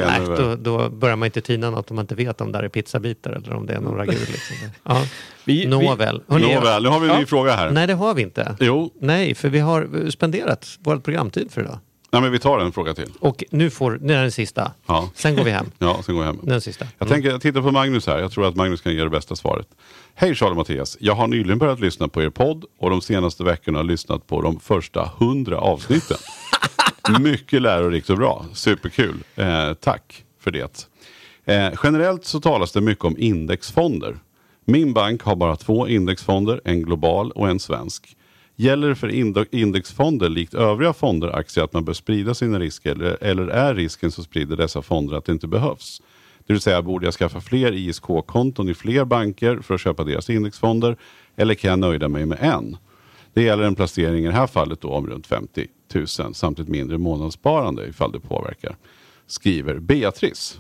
då börjar man inte tina något om man inte vet om det är pizzabitar eller om det är någon ragu. Liksom. Ja. Nåväl, nu har vi en ny fråga här. Nej, det har vi inte. Jo. Nej, för vi har spenderat vår programtid för idag. Nej, men vi tar en fråga till. Och nu är den sista. Ja. Sen går vi hem. Ja, sen går vi hem. Den sista. Jag tittar på Magnus här. Jag tror att Magnus kan ge det bästa svaret. Hej Charlie och Mattias. Jag har nyligen börjat lyssna på er podd och de senaste veckorna har lyssnat på de första 100 avsnitten. Mycket lärorikt och bra. Superkul. Tack för det. Generellt så talas det mycket om indexfonder. Min bank har bara 2 indexfonder, en global och en svensk. Gäller det för indexfonder likt övriga fonder aktier att man bör sprida sina risker eller är risken så sprider dessa fonder att det inte behövs? Det vill säga, borde jag skaffa fler ISK-konton i fler banker för att köpa deras indexfonder eller kan jag nöjda mig med en? Det gäller en placering i det här fallet då om runt 50 000 samt ett mindre månadssparande ifall det påverkar. Skriver Beatrice.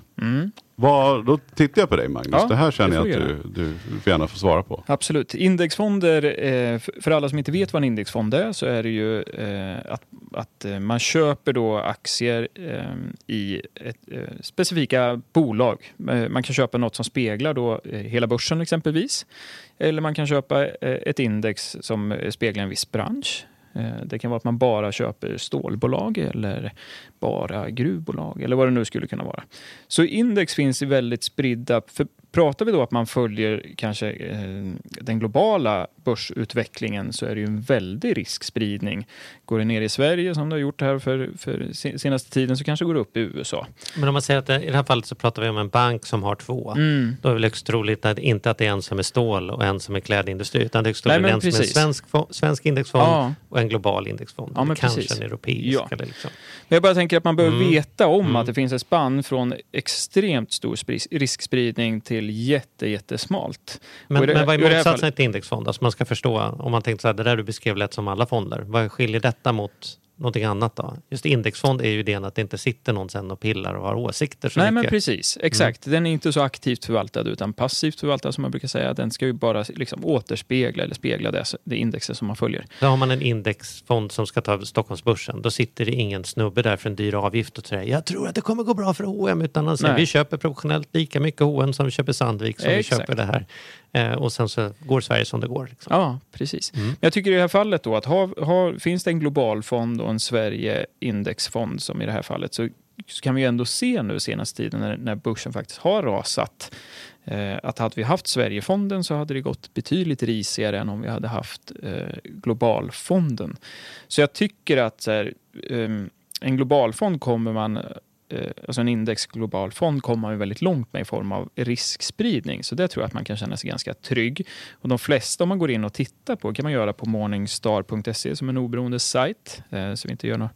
Då tittar jag på dig Magnus. Ja, det här känner jag att du får gärna få svara på. Absolut. Indexfonder, för alla som inte vet vad en indexfond är så är det ju att man köper då aktier i specifika bolag. Man kan köpa något som speglar då hela börsen exempelvis. Eller man kan köpa ett index som speglar en viss bransch. Det kan vara att man bara köper stålbolag eller bara gruvbolag eller vad det nu skulle kunna vara. Så index finns i väldigt spridda, för pratar vi då att man följer kanske den globala börsutvecklingen så är det ju en väldig riskspridning. Går det ner i Sverige som det har gjort här för senaste tiden så kanske går det upp i USA. Men om man säger att i det här fallet så pratar vi om en bank som har 2. Då är det högst troligt att inte att det är en som är stål och en som är klädindustri utan det är högst troligt en som är en svensk indexfond och en global indexfond. Ja, men kanske precis. En europeisk. Ja. Eller liksom. Men jag bara tänker att man behöver veta om att det finns ett spann från extremt stor riskspridning till jättesmalt. Men vad är motsatsen till indexfond? Alltså man ska förstå, om man tänkte så här, det där du beskrev lätt som alla fonder. Vad skiljer detta mot någonting annat då? Just indexfond är ju idén att det inte sitter någon sen och pillar och har åsikter så mycket. Men precis, exakt. Den är inte så aktivt förvaltad utan passivt förvaltad som man brukar säga. Den ska ju bara liksom återspegla eller spegla det indexet som man följer. Då har man en indexfond som ska ta Stockholmsbörsen. Då sitter det ingen snubbe där för en dyr avgift och säger jag tror att det kommer gå bra för H&M utan han säger vi köper proportionellt lika mycket H&M som vi köper Sandvik som vi köper det här. Och sen så går Sverige som det går. Liksom. Ja, precis. Men jag tycker i det här fallet då att finns det en global fond och en Sverige-indexfond som i det här fallet så kan vi ju ändå se nu senaste tiden när börsen faktiskt har rasat att hade vi haft Sverigefonden så hade det gått betydligt risigare än om vi hade haft globalfonden. Så jag tycker att en globalfond kommer man alltså en indexglobalfond kommer man ju väldigt långt med i form av riskspridning. Så det tror jag att man kan känna sig ganska trygg. Och de flesta om man går in och tittar på kan man göra på morningstar.se som en oberoende sajt. Så vi inte gör något.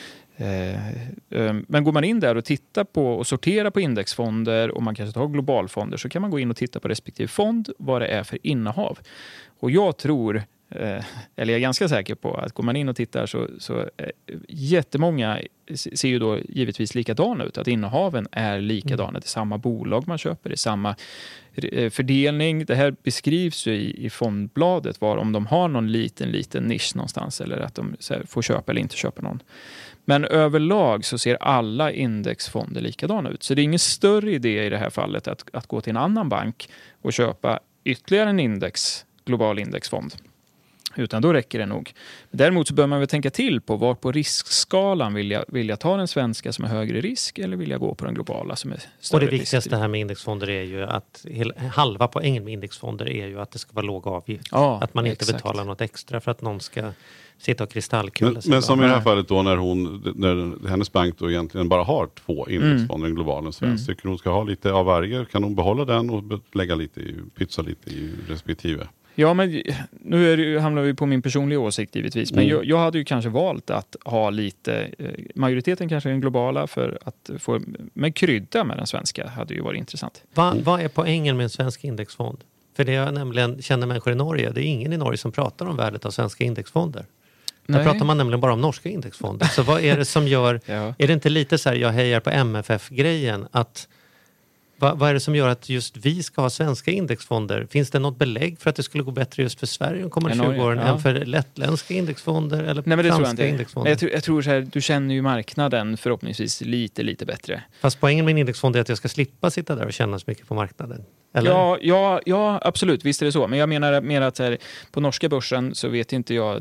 Men går man in där och tittar på och sorterar på indexfonder och man kanske har globalfonder så kan man gå in och titta på respektive fond vad det är för innehav. Och jag tror eller jag är ganska säker på att går man in och tittar så jättemånga ser ju då givetvis likadana ut. Att innehaven är likadana. Det är samma bolag man köper, det är samma fördelning. Det här beskrivs ju i fondbladet var om de har någon liten nisch någonstans eller att de får köpa eller inte köpa någon. Men överlag så ser alla indexfonder likadana ut. Så det är ingen större idé i det här fallet att gå till en annan bank och köpa ytterligare en global indexfond. Utan då räcker det nog. Däremot så bör man väl tänka till på var på riskskalan vill jag ta den svenska som är högre risk eller vill jag gå på den globala som är större risk. Och det viktigaste här med indexfonder är ju att halva poängen med indexfonder är ju att det ska vara låg avgift. Ja, att man inte betalar något extra för att någon ska sitta och kristallkula. Men som i det här fallet då när hennes bank då egentligen bara har 2 indexfonder, en global och en svensk. Tycker hon ska ha lite av varje, kan hon behålla den och pytsa lite i respektive? Ja, men nu hamnar vi på min personliga åsikt givetvis. Men jag hade ju kanske valt att ha lite, majoriteten kanske den globala för att få, men krydda med den svenska hade ju varit intressant. Vad är poängen med en svensk indexfond? För det jag nämligen känner människor i Norge, det är ingen i Norge som pratar om värdet av svenska indexfonder. Där pratar man nämligen bara om norska indexfonder. Så vad är det som gör, är det inte lite så här, jag hejar på MFF-grejen, att vad är det som gör att just vi ska ha svenska indexfonder? Finns det något belägg för att det skulle gå bättre just för Sverige de kommande 20 åren än för lättländska indexfonder eller franska indexfonder? Jag tror så här, du känner ju marknaden förhoppningsvis lite bättre. Fast poängen med en indexfond är att jag ska slippa sitta där och känna så mycket på marknaden. Eller? Ja, absolut. Visst är det så. Men jag menar mer att här, på norska börsen så vet inte jag,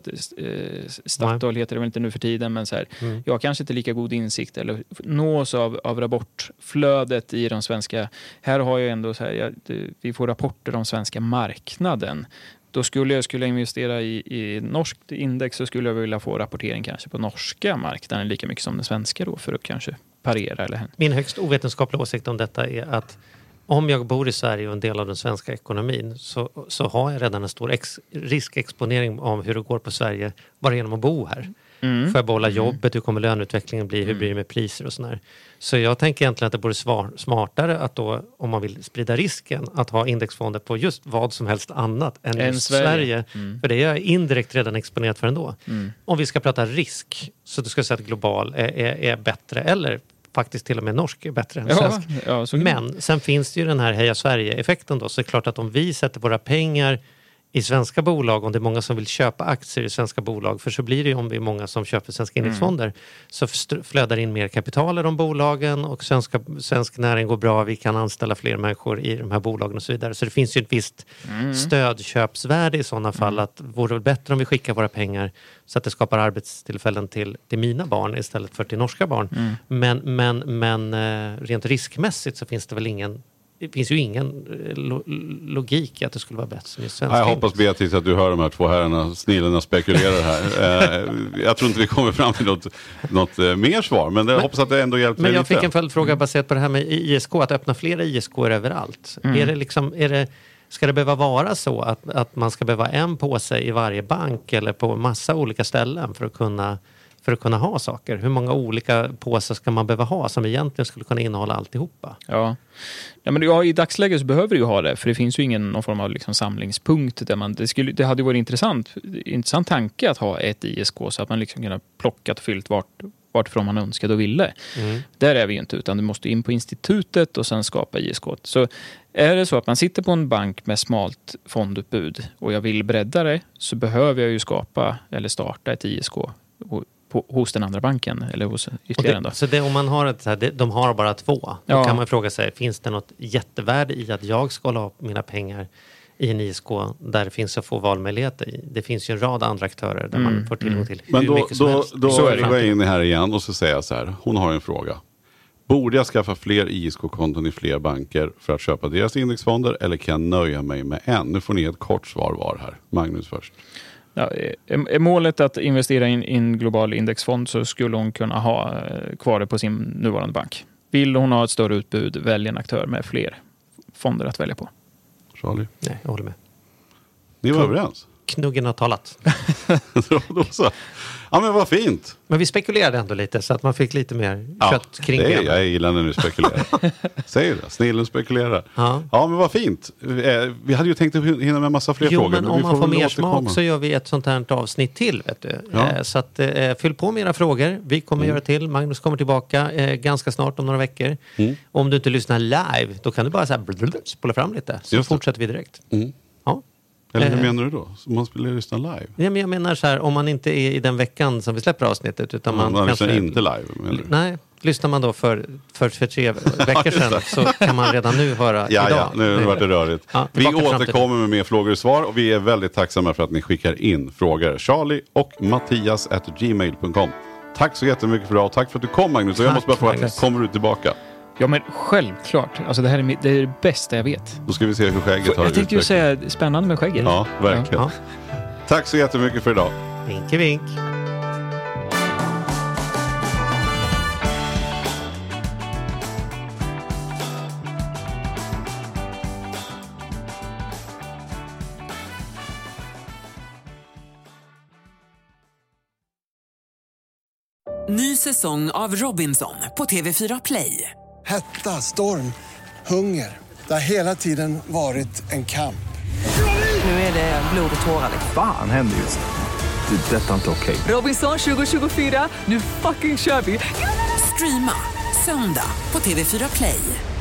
Statoil heter det väl inte nu för tiden, men så här, jag har kanske inte lika god insikt eller nås av rapportflödet i de svenska. Här har jag ändå så här, vi får rapporter om svenska marknaden. Då skulle jag investera i norskt index så skulle jag vilja få rapportering kanske på norska marknaden lika mycket som den svenska då för att kanske parera eller Min högst ovetenskapliga åsikt om detta är att om jag bor i Sverige och en del av den svenska ekonomin så har jag redan en stor riskexponering av hur det går på Sverige bara genom att bo här. Får jag behålla jobbet? Hur kommer löneutvecklingen bli? Hur blir det med priser och sådär? Så jag tänker egentligen att det vore smartare att då, om man vill sprida risken, att ha indexfonder på just vad som helst annat än Sverige. För det är jag indirekt redan exponerat för ändå. Om vi ska prata risk så du ska säga att global är bättre eller faktiskt till och med norsk är bättre än svensk. Men sen finns det ju den här Heja Sverige-effekten då. Så det är klart att om vi sätter våra pengar i svenska bolag, om det är många som vill köpa aktier i svenska bolag, för så blir det ju om det är många som köper svenska indexfonder, så flödar in mer kapital i de bolagen och svensk näring går bra, vi kan anställa fler människor i de här bolagen och så vidare. Så det finns ju ett visst stödköpsvärde i sådana fall, att vore det bättre om vi skickar våra pengar så att det skapar arbetstillfällen till mina barn istället för till norska barn. Men rent riskmässigt så finns det väl det finns ju ingen logik i att det skulle vara bättre som i svenska. Jag hoppas Beatrice att du hör de här två herrarna, snillarna spekulerar här. Jag tror inte vi kommer fram till något mer svar, men jag hoppas att det ändå hjälper lite. Men jag fick en följdfråga baserat på det här med ISK, att öppna flera ISK överallt. Ska det behöva vara så att man ska behöva en påse i varje bank eller på massa olika ställen för att kunna ha saker? Hur många olika påsar ska man behöva ha som egentligen skulle kunna innehålla alltihopa? Ja, men i dagsläget så behöver du ju ha det, för det finns ju någon form av liksom samlingspunkt där det hade varit intressant tanke att ha ett ISK så att man liksom kunde plockat och fyllt vartifrån man önskade och ville. Där är vi ju inte, utan du måste in på institutet och sen skapa ISK. Så är det så att man sitter på en bank med smalt fondutbud och jag vill bredda det, så behöver jag ju skapa eller starta ett ISK hos den andra banken eller hos ytterligare då. Så om man har de har bara 2, då kan man fråga sig, finns det något jättevärde i att jag ska ha mina pengar i en ISK där det finns så få valmöjligheter i? Det finns ju en rad andra aktörer där man får tillgång till hur mycket som helst. Då är jag inne här igen och så säger jag så här, hon har en fråga. Borde jag skaffa fler ISK-konton i fler banker för att köpa deras indexfonder, eller kan jag nöja mig med en? Nu får ni ett kort svar var här. Magnus först. Ja, är målet att investera i en global indexfond, så skulle hon kunna ha kvar det på sin nuvarande bank. Vill hon ha ett större utbud, välj en aktör med fler fonder att välja på. Charlie? Nej, jag håller med. Ni var överens? Knuggen har talat. Då så. Ja, men vad fint. Men vi spekulerade ändå lite så att man fick lite mer kött kring det. Jag gillar när du spekulerar. Säger det, snillen spekulerar. Ja, men vad fint. Vi hade ju tänkt att hinna med massa fler frågor. Men om man får mer smak så gör vi ett sånt här avsnitt till, vet du. Ja. Så att fyll på med era frågor. Vi kommer göra till. Magnus kommer tillbaka ganska snart om några veckor. Om du inte lyssnar live, då kan du bara så här spola fram lite. Så fortsätter vi direkt. Ja. Eller hur menar du då? Så man skulle lyssna live? Ja, men jag menar så här, om man inte är i den veckan som vi släpper avsnittet. Utan man lyssnar inte live? Nej, lyssnar man då för 3 veckor sedan så kan man redan nu höra idag. Ja, nu var det rörigt. Ja, vi återkommer med mer frågor och svar och vi är väldigt tacksamma för att ni skickar in frågor. Charlie och Mattias@gmail.com. Tack så jättemycket för idag och tack för att du kom, Magnus. Och jag måste bara fråga, kommer du tillbaka? Ja, men självklart. Alltså det här är det bästa jag vet. Då ska vi se hur skägget har Jag tänkte ju säga spännande med skägget. Ja, verkligen. Ja. Tack så jättemycket för idag. Vinke vink. Ny säsong av Robinson på TV4 Play. Hetta, storm, hunger. Det har hela tiden varit en kamp. Nu är det blod och tårar. Fan händer just det. Det är detta inte okej. Robinson 2024, nu fucking kör vi. Streama söndag på TV4 Play.